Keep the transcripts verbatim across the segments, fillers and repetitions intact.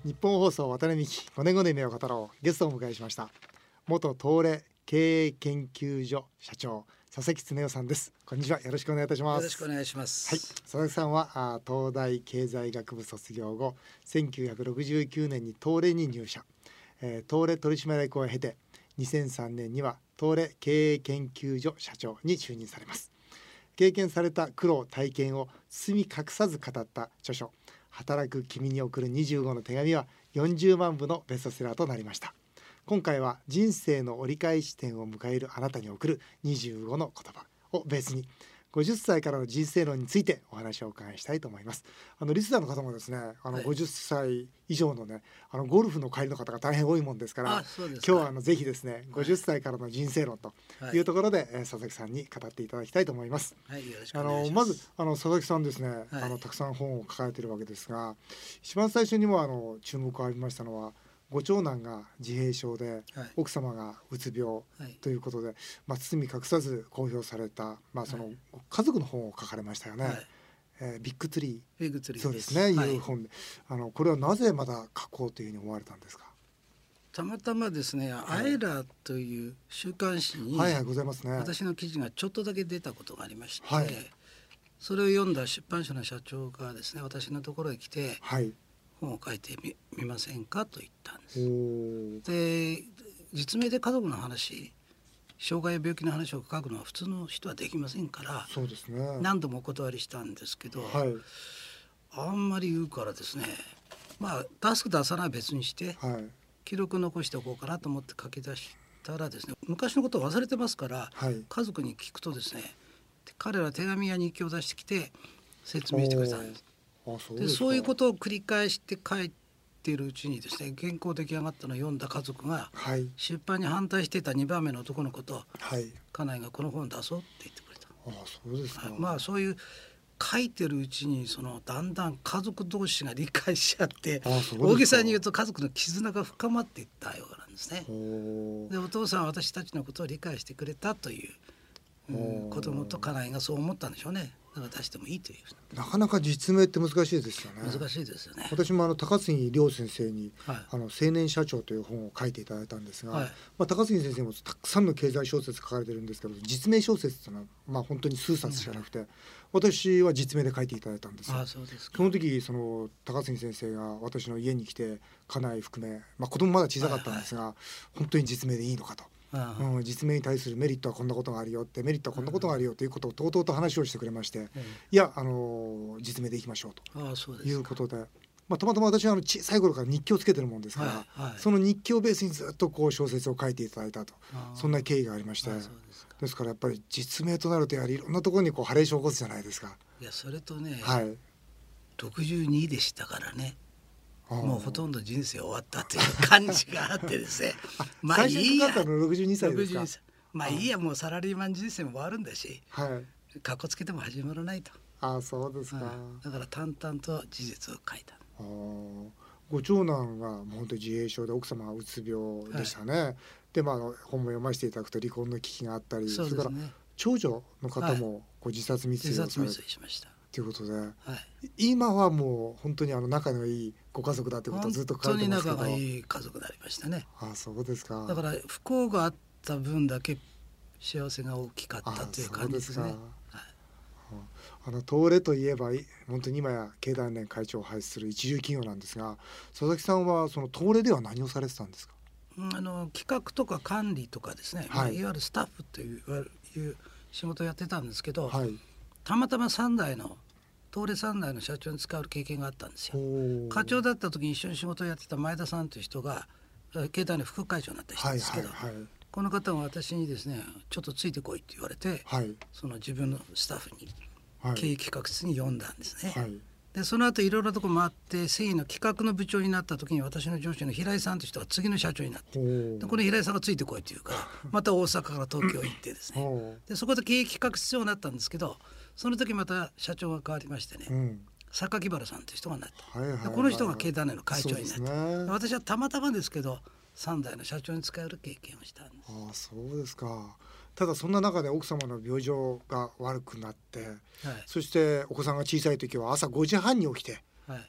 日本放送渡辺美希ごねんごの夢を語ろう。ゲストをお迎えしました。元東レ経営研究所社長佐々木恒夫さんです。こんにちは。よろしくお願いいたします。 よろしくお願いします。 はい、佐々木さんはあ東大経済学部卒業後せんきゅうひゃくろくじゅうきゅうねんに東レに入社、えー、東レ取締役を経てにせんさんねんには東レ経営研究所社長に就任されます。経験された苦労体験を包み隠さず語った著書働く君に送るにじゅうごの手紙はよんじゅうまんぶのベストセラーとなりました。今回は人生の折り返し点を迎えるあなたに送るにじゅうごの言葉をベースにごじゅっさいからの人生論についてお話をお伺いしたいと思います。あのリスナーの方もですね、あのごじゅっさい以上のね、あのゴルフの帰りの方が大変多いもんですから、 あ、そうですか。 今日はあのぜひですねごじゅっさいからの人生論というところで、はい、えー、佐々木さんに語っていただきたいと思います。 はい、よろしくお願いします。 あのまずあの佐々木さんですね、はい、あのたくさん本を書かれているわけですが、一番最初にもあの注目を浴びましたのはご長男が自閉症で、はい、奥様がうつ病ということで、はい、まあ、包み隠さず公表された、まあ、その家族の本を書かれましたよね。はい、えー、ビッグツリー、 ビッグツリーそうですね、はい、いう本で、あのこれはなぜまだ書こうというふうに思われたんですか？ たまたまですね、はい、アイラという週刊誌に、 はいはい、ございますね、 私の記事がちょっとだけ出たことがありまして、 はい、それを読んだ出版社の社長がですね、私のところへ来て、はい、本を書いて み, みませんかと言ったんです。で、実名で家族の話、障害や病気の話を書くのは普通の人はできませんから、 そうですね、 何度もお断りしたんですけど、 はい、 あんまり言うからですね、まあ出す出さない別にして、はい、記録残しておこうかなと思って書き出したらですね、昔のことを忘れてますから、はい、家族に聞くとですね、彼ら手紙や日記を出してきて説明してくれたんです。あ、そうですか。で、そういうことを繰り返して書いているうちにですね、原稿出来上がったのを読んだ家族が、はい、出版に反対していたにばんめの男の子と、はい、家内がこの本を出そうって言ってくれた。あ、そうですか。まあそういう書いてるうちにそのだんだん家族同士が理解し合って、大げさに言うと家族の絆が深まっていったようなんですね。で、お父さんは私たちのことを理解してくれたという、うん、子供と家内がそう思ったんでしょうね。だから出してもいいという。なかなか実名って難しいですよね。 難しいですよね。 私もあの高杉亮先生に、はい、あの青年社長という本を書いていただいたんですが、はい、まあ、高杉先生もたくさんの経済小説書かれてるんですけど、実名小説というのは、まあ、本当に数冊しかなくて、うん、私は実名で書いていただいたんですよ。あ、そうですか。その時その高杉先生が私の家に来て、家内含め、まあ、子供まだ小さかったんですが、はいはい、本当に実名でいいのかと、うん、実名に対するメリットはこんなことがあるよって、メリットはこんなことがあるよということをとうとうと話をしてくれまして、うん、いや、あの実名でいきましょうということで、まあ、たまたま私はあの小さい頃から日記をつけてるもんですから、はいはい、その日記をベースにずっとこう小説を書いていただいたと、そんな経緯がありまして、ですか。ですからやっぱり実名となるとやはりいろんなところにこうハレーションを起こすじゃないですか。 いや、それとね、 はい、 ろくじゅうにでしたからね、もうほとんど人生終わったという感じがあってですねまあいいや、最初にかかったのろくじゅうにさいですか。ろくじゅうにさい、 まあいいや、もうサラリーマン人生も終わるんだし、はい、かっこつけても始まらないと。 あ、そうですか。 だから淡々と事実を書いた。 あ、ご長男がもう本当に自閉症で、奥様はうつ病でしたね、はい、で、まあ、本も読ませていただくと離婚の危機があったり、そ、ね、それから長女の方もこう自殺未遂をされ、 自殺未遂しましたということで、はい、今はもう本当にあの仲のいいご家族だということをずっと書いてますけど、 本当に仲がいい家族でありましたね。 あ、そうですか。 だから不幸があった分だけ幸せが大きかったという感じですね。はい、 あの東レといえば本当に今や経団連会長を輩出する一流企業なんですが、佐々木さんはその東レでは何をされてたんですか？ あの企画とか管理とかですね、はい、まあ、いわゆるスタッフという、いう仕事をやってたんですけど、はい、たまたまさんだいの東レさんだいの社長に使う経験があったんですよ。課長だった時に一緒に仕事をやってた前田さんという人が経団連副会長になった人ですけど、はいはいはい、この方が私にですね、ちょっとついてこいって言われて、はい、その自分のスタッフに経営企画室に呼んだんですね、はい、でその後いろいろなとこ回って繊維の企画の部長になった時に、私の上司の平井さんという人が次の社長になって、でこの平井さんがついてこいっていうからまた大阪から東京行ってですねでそこで経営企画室長になったんですけど、その時また社長が変わりましてね、うん、榊原さんという人がなった、はいはいはいはい、でこの人が経団連の会長になった、ね、私はたまたまですけどさんだいの社長に使える経験をしたんです。 ああ、そうですか。ただそんな中で奥様の病状が悪くなって、はい、そしてお子さんが小さい時は朝ごじはんに起きて、はい、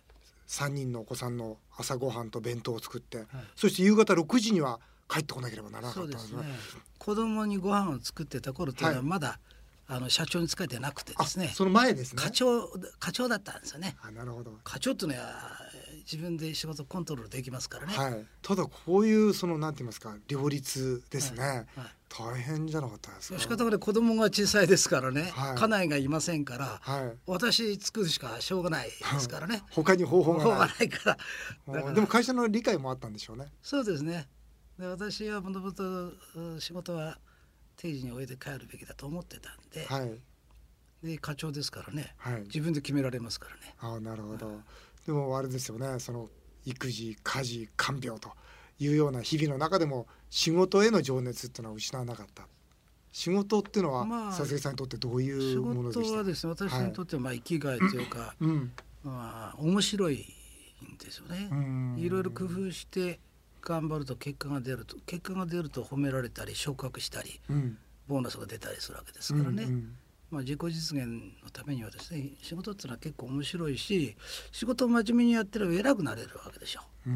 さんにんのお子さんの朝ごはんと弁当を作って、はい、そして夕方ろくじには帰ってこなければならなかったんですね。 そうですね。子供にご飯を作ってた頃というのはまだ、はい、あの社長に仕えてなくてですね。 その前ですね。 課長課長だったんですよね。 あ、なるほど。 課長っていうのは自分で仕事コントロールできますからね。 はい、ただこういうそのなんて言いますか両立ですね、はいはい、大変じゃなかったですか。 仕方がね、子供が小さいですからね、はい、家内がいませんから、はい、私作るしかしょうがないですからね他に方法がない、 がないから。だからでも会社の理解もあったんでしょうね。 そうですね。で私はもともと仕事は定時に終えて帰るべきだと思ってたんで、はい、で課長ですからね、はい、自分で決められますからね。 あ、なるほど、うん、でもあれですよね、その育児家事看病というような日々の中でも仕事への情熱っていうのは失わなかった。仕事っていうのは、まあ、佐々木さんにとってどういうものでした？ 仕事はですね、私にとってはまあ生きがいというか、はい、うんまあ、面白いんですよね。いろいろ工夫して頑張ると結果が出ると結果が出ると褒められたり昇格したり、うん、ボーナスが出たりするわけですからね、うんうんまあ、自己実現のためにはですね、仕事っていうのは結構面白いし、仕事を真面目にやってれば偉くなれるわけでしょう、うん、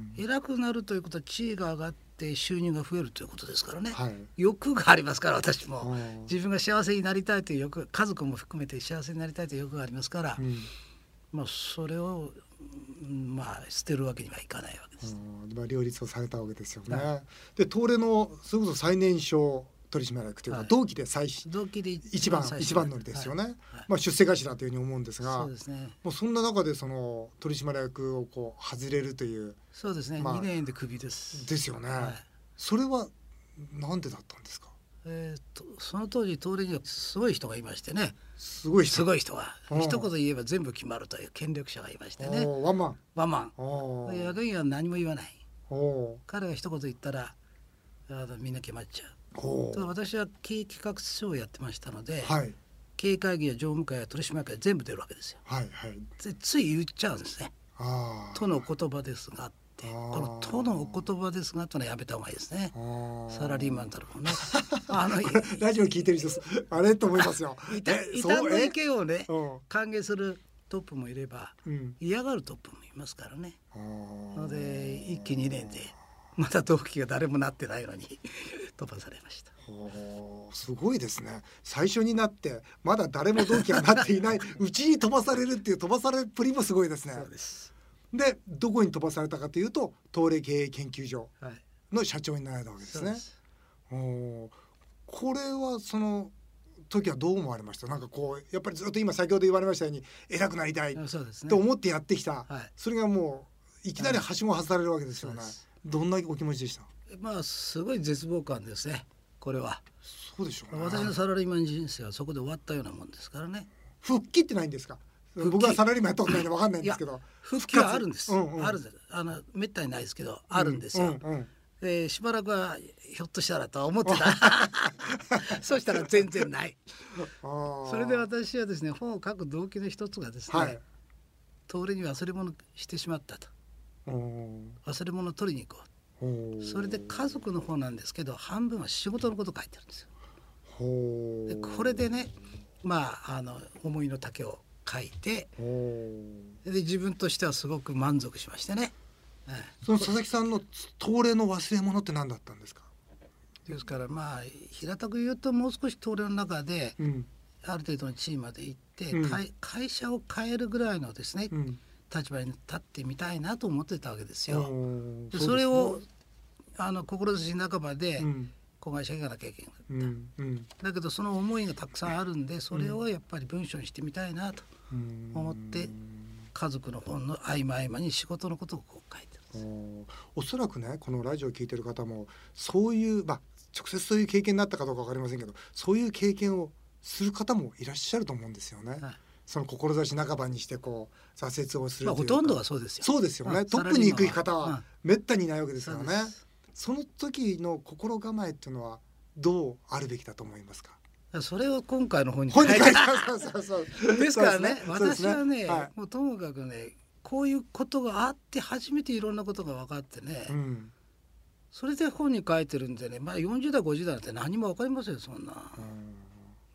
偉くなるということは地位が上がって収入が増えるということですからね、はい、欲がありますから。私も自分が幸せになりたいという欲、家族も含めて幸せになりたいという欲がありますから、うんまあ、それを、まあ、捨てるわけにはいかないわけです、 まあ、両立をされたわけですよね、はい、で東レのそれこそ最年少取締役というか、はい、同期で最同期で一番一番乗りですよね、はいはいまあ、出世頭というふうに思うんですが、そうですね、もうそんな中でその取締役をこう外れるという。 そうですね、まあ、にねんでクビですですよね、はい、それはなんでだったんですか？ えー、とその当時東レにはすごい人がいましてね。 すごい人すごい人が一言言えば全部決まるという権力者がいましてね。 ワンマンワンマン役員は何も言わない。彼が一言言ったらあみんな決まっちゃう。ただ私は経営企画書をやってましたので、はい、経営会議や常務会や取締役会全部出るわけですよ、はいはい、でつい言っちゃうんですね。との言葉ですがって、このとのお言葉ですがというのはやめた方がいいですね。サラリーマンだろうね。あのラジオ聞いてる人あれと思いますよ。 異端の意見をね歓迎するトップもいれば、うん、嫌がるトップもいますからね。ので一期にねんでまだ同期が誰もなってないのに飛ばされました。 すごいですね。最初になってまだ誰も同期がなっていないうちに飛ばされるっていう飛ばされるプリもすごいですね。 そうです。 でどこに飛ばされたかというと東レ経営研究所の社長になられたわけですね、はい、おこれはその時はどう思われました？なんかこうやっぱりずっと今先ほど言われましたように偉くなりたいと思ってやってきた、はい、それがもういきなりはしご外されるわけですよね、はい、どんなお気持ちでした？ まあすごい絶望感ですね。これはそうでしょうね。 私のサラリーマン人生はそこで終わったようなもんですからね。 復帰ってないんですか？僕はサラリーマンやったことないので分かんないんですけど復帰はあるんです、うんうん、あるんです。あのめったにないですけどあるんですよ、うんうんうん、でしばらくはひょっとしたらとは思ってたそしたら全然ないそれで私はですね本を書く動機の一つがですね、はい、東レに忘れ物してしまったと、忘れ物を取りに行こう、それで家族の方なんですけど半分は仕事のことを書いてるんですよ。でこれでねまああの思いの丈を書いてで自分としてはすごく満足しましてね、 はい、その佐々木さんの東レの忘れ物って何だったんですか？ ですからまあ平たく言うともう少し東レの中で、うん、ある程度の地位まで行って、うん、会, 会社を変えるぐらいのですね、うん、立場に立ってみたいなと思ってたわけですよ。でそれをあの志半ばで、うん子会社行かなきゃいけない、うんうん、だけどその思いがたくさんあるんでそれをやっぱり文章にしてみたいなと思って、うん、家族の本の合間合間に仕事のことをこう書いてるんです。 おそらくねこのラジオを聞いてる方もそういう、まあ、直接そういう経験になったかどうか分かりませんけどそういう経験をする方もいらっしゃると思うんですよね、はい、その志半ばにしてこう挫折をするというか、まあ、 ほとんどはそうですよ。 そうですよね、うん、トップに行く方はめったにいないわけですからね。その時の心構えっていうのはどうあるべきだと思いますか？ それを今回の本に書いてですからね、私はね、はい、もうともかくねこういうことがあって初めていろんなことが分かってね、うん、それで本に書いてるんでね、まあ、よんじゅう代ごじゅう代なんて何も分かりませんよそんな、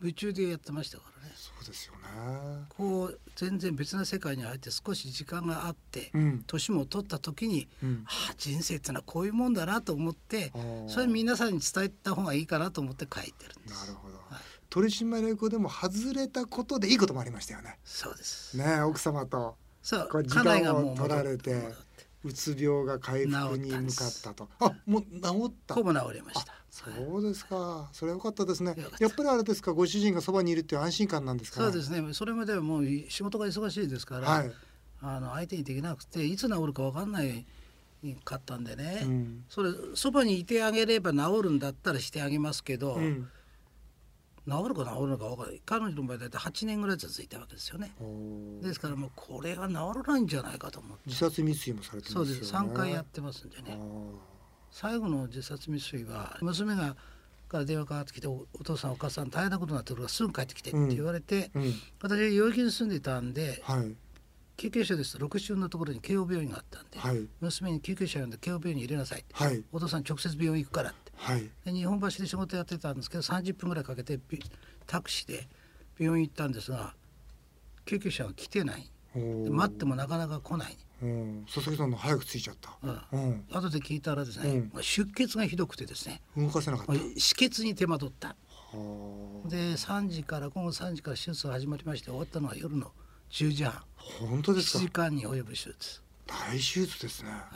夢中でやってましたからね。 そうですよね。 こう全然別な世界に入って少し時間があって、うん、年も取った時に、うん、あ人生ってのはこういうもんだなと思ってそれ皆さんに伝えた方がいいかなと思って書いてるんです。 なるほど、はい、取締役でも外れたことでいいこともありましたよね。 そうですね、奥様とそう時間を取られてうつ病が回復に向かったと。あ、もう治った。 ほぼ治りました。 そうですか、はい、それは良かったですね。やっぱりあれですか、ご主人がそばにいるっていう安心感なんですかね。 そうですね。それまではもう仕事が忙しいですから、はい、あの相手にできなくていつ治るか分かんないかったんでね、うん、それそばにいてあげれば治るんだったらしてあげますけど、うん、治るか治るのか分からない。彼女の場合だいたいはちねんぐらい続いたわけですよね。ですからもうこれが治らないんじゃないかと思って。 自殺未遂もされてますよね。 そうです。さんかいやってますんでね。最後の自殺未遂は娘がから電話かかってきて お, お父さんお母さん大変なことになってるからすぐ帰ってきてって言われて、うんうん、私は代々木に住んでたんで、はい、救急車ですとろく周のところに慶応病院があったんで、はい、娘に救急車呼んで慶応病院に入れなさいって、はい、お父さん直接病院行くからって、はい、で日本橋で仕事やってたんですけどさんじゅっぷんぐらいかけてタクシーで病院行ったんですが救急車が来てない。待ってもなかなか来ない。 うん、佐々木さんの早く着いちゃった、 うんうん、後で聞いたらですね、うん、出血がひどくてですね動かせなかった。 止血に手間取った。でさんじから午後さんじから手術が始まりまして終わったのは夜のじゅうじはん。 本当ですか。 いちじかんに及ぶ手術。 大手術ですね、はい、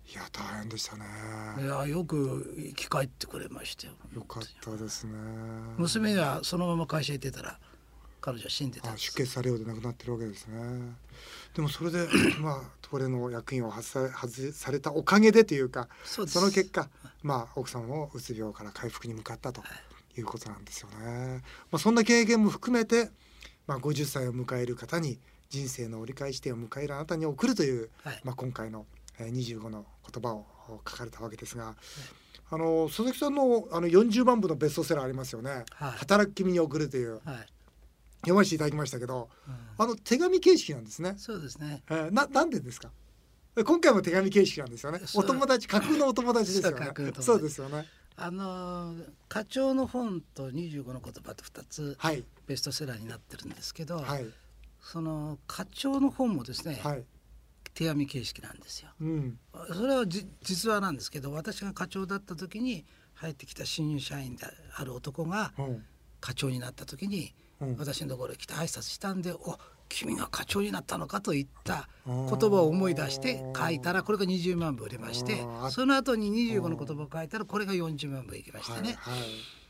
いや大変でしたね。 いやよく生き返ってくれましたよ。 よかったですね。 娘がそのまま会社行ってたら彼女は死んでたんです。 あ、出血されようで亡くなってるわけですね。でもそれでまあ東レの役員を外さ、外されたおかげでというか そ, その結果、まあ、奥様もうつ病から回復に向かったということなんですよね。まあ、そんな経験も含めて、まあ、ごじゅっさいを迎える方に人生の折り返し点を迎えるあなたに送るという、はい、まあ、今回のにじゅうごの言葉を書かれたわけですが、はい、あの佐々木さん の, あのよんじゅうばんぶのベストセラーありますよね、はい、働く君に送るという、はい、読ませていただきましたけど、うん、あの手紙形式なんですね。 そうですね、 えー、な, なんでですか。今回も手紙形式なんですよね。お友達、架空のお友達ですよね。そうですよね。 あの課長の本とにじゅうごの言葉とふたつ、はい、ベストセラーになってるんですけど、はい、その課長の本もですね、はい、手紙形式なんですよ、うん、それはじ実話なんですけど、私が課長だった時に入ってきた新入社員である男が課長になった時に、うん、私のところに来て挨拶したんで、お君が課長になったのかといった言葉を思い出して書いたら、これがにじゅうまんぶ売れまして、その後ににじゅうごの言葉を書いたらこれがよんじゅうまんぶいきましたね、はいはい、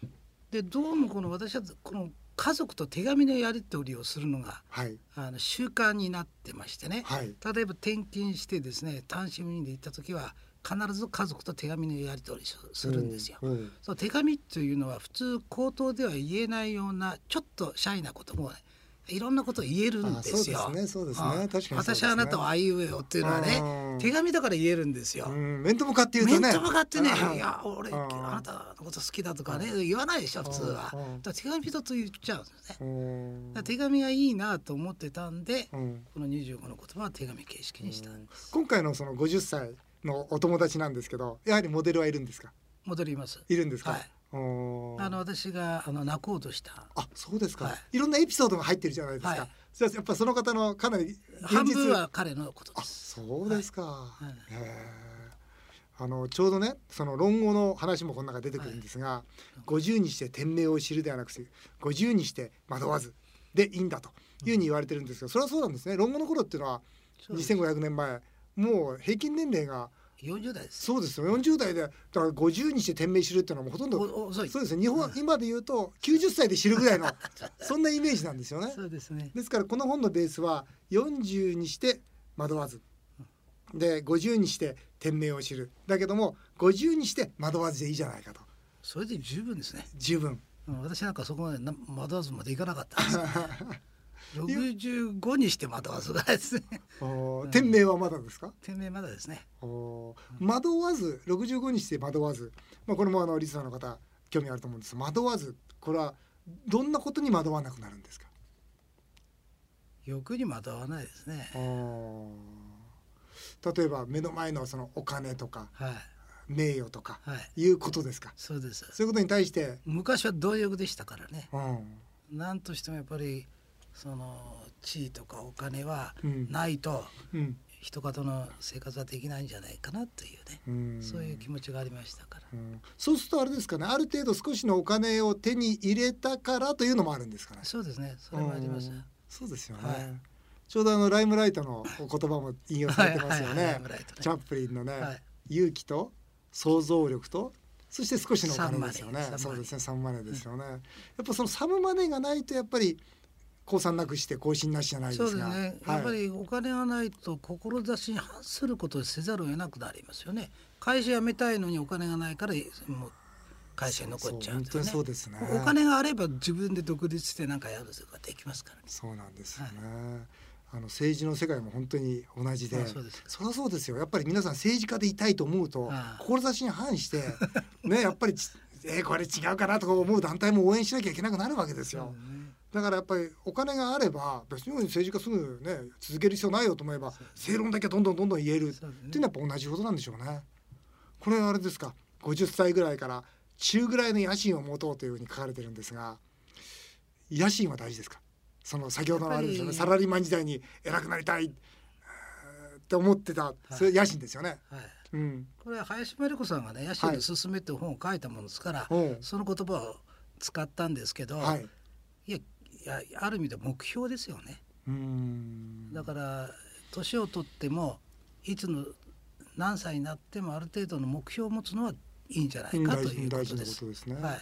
でどうもこの私はこの家族と手紙のやり取りをするのが、はい、あの習慣になってましてね、はい、例えば転勤してですね単身赴任で行った時は必ず家族と手紙のやり取りをするんですよ、うんうん、その手紙というのは普通口頭では言えないようなちょっとシャイなこともいろんなことを言えるんですよ。 そうですね、そうですね、確かにそうですね。 私はあなたはあいうえよっていうのはね、手紙だから言えるんですよ。 面と向かって言うとね、 面と向かってね、いや俺あなたのこと好きだとかね言わないでしょ普通は。だから手紙一つ言っちゃうんですね。手紙がいいなと思ってたんで、このにじゅうごの言葉は手紙形式にしたんです。 今回のそのごじゅっさいのお友達なんですけど、やはりモデルはいるんですか。 モデルいます。 いるんですか。はい、 あの私があの泣こうとした。 あ、そうですか、はい、いろんなエピソードが入ってるじゃないですか、はい、じゃあやっぱその方のかなり半分は彼のことです。 あ、そうですか、はいはい、あのちょうどねその論語の話もこの中出てくるんですが、はい、ごじゅうにして天命を知るではなくてごじゅうにして惑わずでいいんだというふうに言われてるんですけど、それはそうなんですね。論語の頃っていうのはにせんごひゃくねんまえ、もう平均年齢がよんじゅう代です。 そうですよ、よんじゅう代でだからごじゅうにして天命知るっていうのはもうほとんどそうですね、日本、うん、今で言うときゅうじゅっさいで知るぐらいのそんなイメージなんですよね。 そうですね。 ですからこの本のベースはよんじゅうにして惑わずでごじゅうにして天命を知るだけどもごじゅうにして惑わずでいいじゃないかと。 それで十分ですね。 十分、 うん、私なんかそこまで惑わずまでいかなかったんですろくじゅうごにして惑わずがですね天命はまだですか。 天命まだですね。 惑わずろくじゅうごにして惑わず、まあ、これもあのリスナーの方興味あると思うんです。惑わず、これはどんなことに惑わなくなるんですか。 欲に惑わないですね。 例えば目の前のそのお金とか、はい、 名誉とかいうことですか。はい、 そうです。 そういうことに対して昔は貪欲でしたからね、 うん、 何としてもやっぱりその地位とかお金はないと、うんうん、人方の生活はできないんじゃないかなというね、うん、そういう気持ちがありましたから、 うん、そうするとあれですかね、ある程度少しのお金を手に入れたからというのもあるんですかね。 そうですね、それもあります。 そうですよね、はい、ちょうどあのライムライトの言葉も引用されてますよね。チャップリンのね、はい、勇気と想像力とそして少しのお金ですよね。そうですね、サムマネーですよね、うん、やっぱそのサムマネーがないとやっぱり降参なくして更新なしじゃないですが、 そうですね、はい、やっぱりお金がないと志に反することをせざるを得なくなりますよね。会社辞めたいのにお金がないからもう会社に残っちゃう、ね、 本当にそうですね。 お金があれば自分で独立して何かやることができますからね。 そうなんですよね、はい、あの政治の世界も本当に同じで、そうです。そりゃそうですよ。やっぱり皆さん政治家でいたいと思うと志に反してね、やっぱりえー、これ違うかなとか思う団体も応援しなきゃいけなくなるわけですよ。だからやっぱりお金があれば別に政治家すぐね続ける必要ないよと思えば正論だけどんどんどんどん言えるっていうのはやっぱ同じことなんでしょうね。これはあれですか、ごじゅっさいぐらいから中ぐらいの野心を持とうというふうに書かれてるんですが、野心は大事ですか。その先ほどのあれですよね、サラリーマン時代に偉くなりたいって思ってた、はい、それ野心ですよね、はい、うん、 これは林真理子さんがね野心の勧めって本を書いたものですから、はい、その言葉を使ったんですけど、はい、いやいやある意味で目標ですよね。うーん、だから年を取ってもいつの何歳になってもある程度の目標を持つのはいいんじゃないかということです。 ことですね。 はい、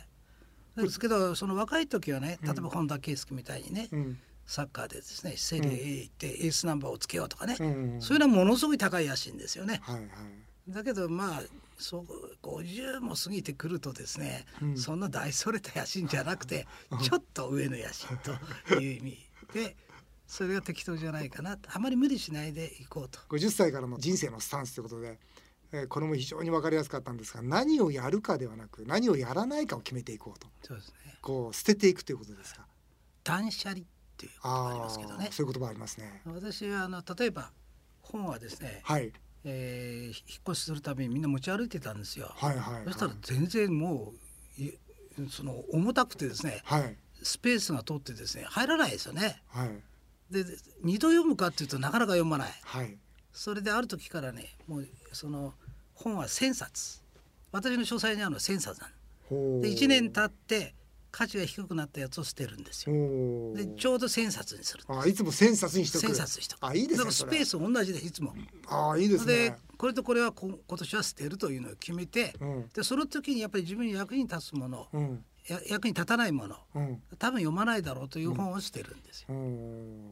ですけどその若い時はね、例えば本田圭佑みたいにね、うん、サッカーでですねセリエ A 行ってエースナンバーをつけようとかね、うんうん、そういうのはものすごい高い野心ですよね。はいはい、だけどまあそうごじゅうも過ぎてくるとですね、うん、そんな大それた野心じゃなくてちょっと上の野心という意味でそれが適当じゃないかなと。あまり無理しないでいこうと。 ごじゅっさいからの人生のスタンスということで、えー、これも非常に分かりやすかったんですが、何をやるかではなく何をやらないかを決めていこうと。 そうですね、 こう捨てていくということですか。 断捨離っていう言葉ありますけどね。 そういう言葉ありますね。 私はあの例えば本はですね、はい、えー、引っ越しするためにみんな持ち歩いてたんですよ。はいはいはい、そしたら全然もうその重たくてですね、はい、スペースが通ってですね入らないですよね。はい、で二度読むかっていうとなかなか読まない。はい、それである時からねもうその本はせんさつ、私の書斎にあるのはせんさつなのでいちねん経って価値が低くなったやつを捨てるんですよ。でちょうどせんさつにするんです。 あ、いつもせんさつにしとく。 せんさつにしとく。 あ、いいですね。だからスペース同じでいつも。 あ、いいですね。 でこれとこれは今年は捨てるというのを決めて、うん、でその時にやっぱり自分に役に立つもの、うん、や役に立たないもの、うん、多分読まないだろうという本を捨てるんですよ。うん、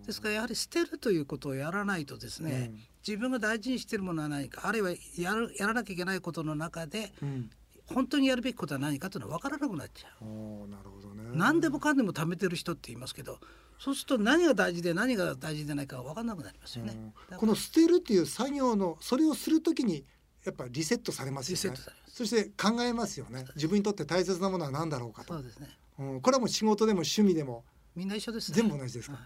ですからやはり捨てるということをやらないとですね、うん、自分が大事にしているものは何か、あるいはやるやらなきゃいけないことの中で、うん、本当にやるべきことは何かというのは分からなくなっちゃう。 なるほどね。 何でもかんでも貯めてる人って言いますけど、そうすると何が大事で何が大事でないかが分からなくなりますよね。 この捨てるっていう作業のそれをするときにやっぱりリセットされますよね。リセットされます。そして考えますよね。自分にとって大切なものは何だろうかと。 そうですね、 うん、これはもう仕事でも趣味でもみんな一緒ですね。 全部同じですか、はい、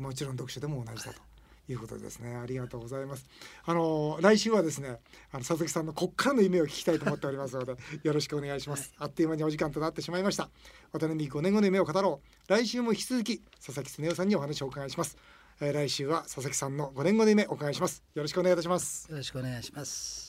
もちろん読書でも同じだということですね。ありがとうございます。あの来週はですね、あの佐々木さんのこっからの夢を聞きたいと思っておりますのでよろしくお願いします、はい、あっという間にお時間となってしまいました。渡辺美ごねんごの夢を語ろう。来週も引き続き佐々木恒夫さんにお話をお伺いします。えー、来週は佐々木さんのごねんごの夢をお伺いします。よろしくお願いいたします。 よろしくお願いします。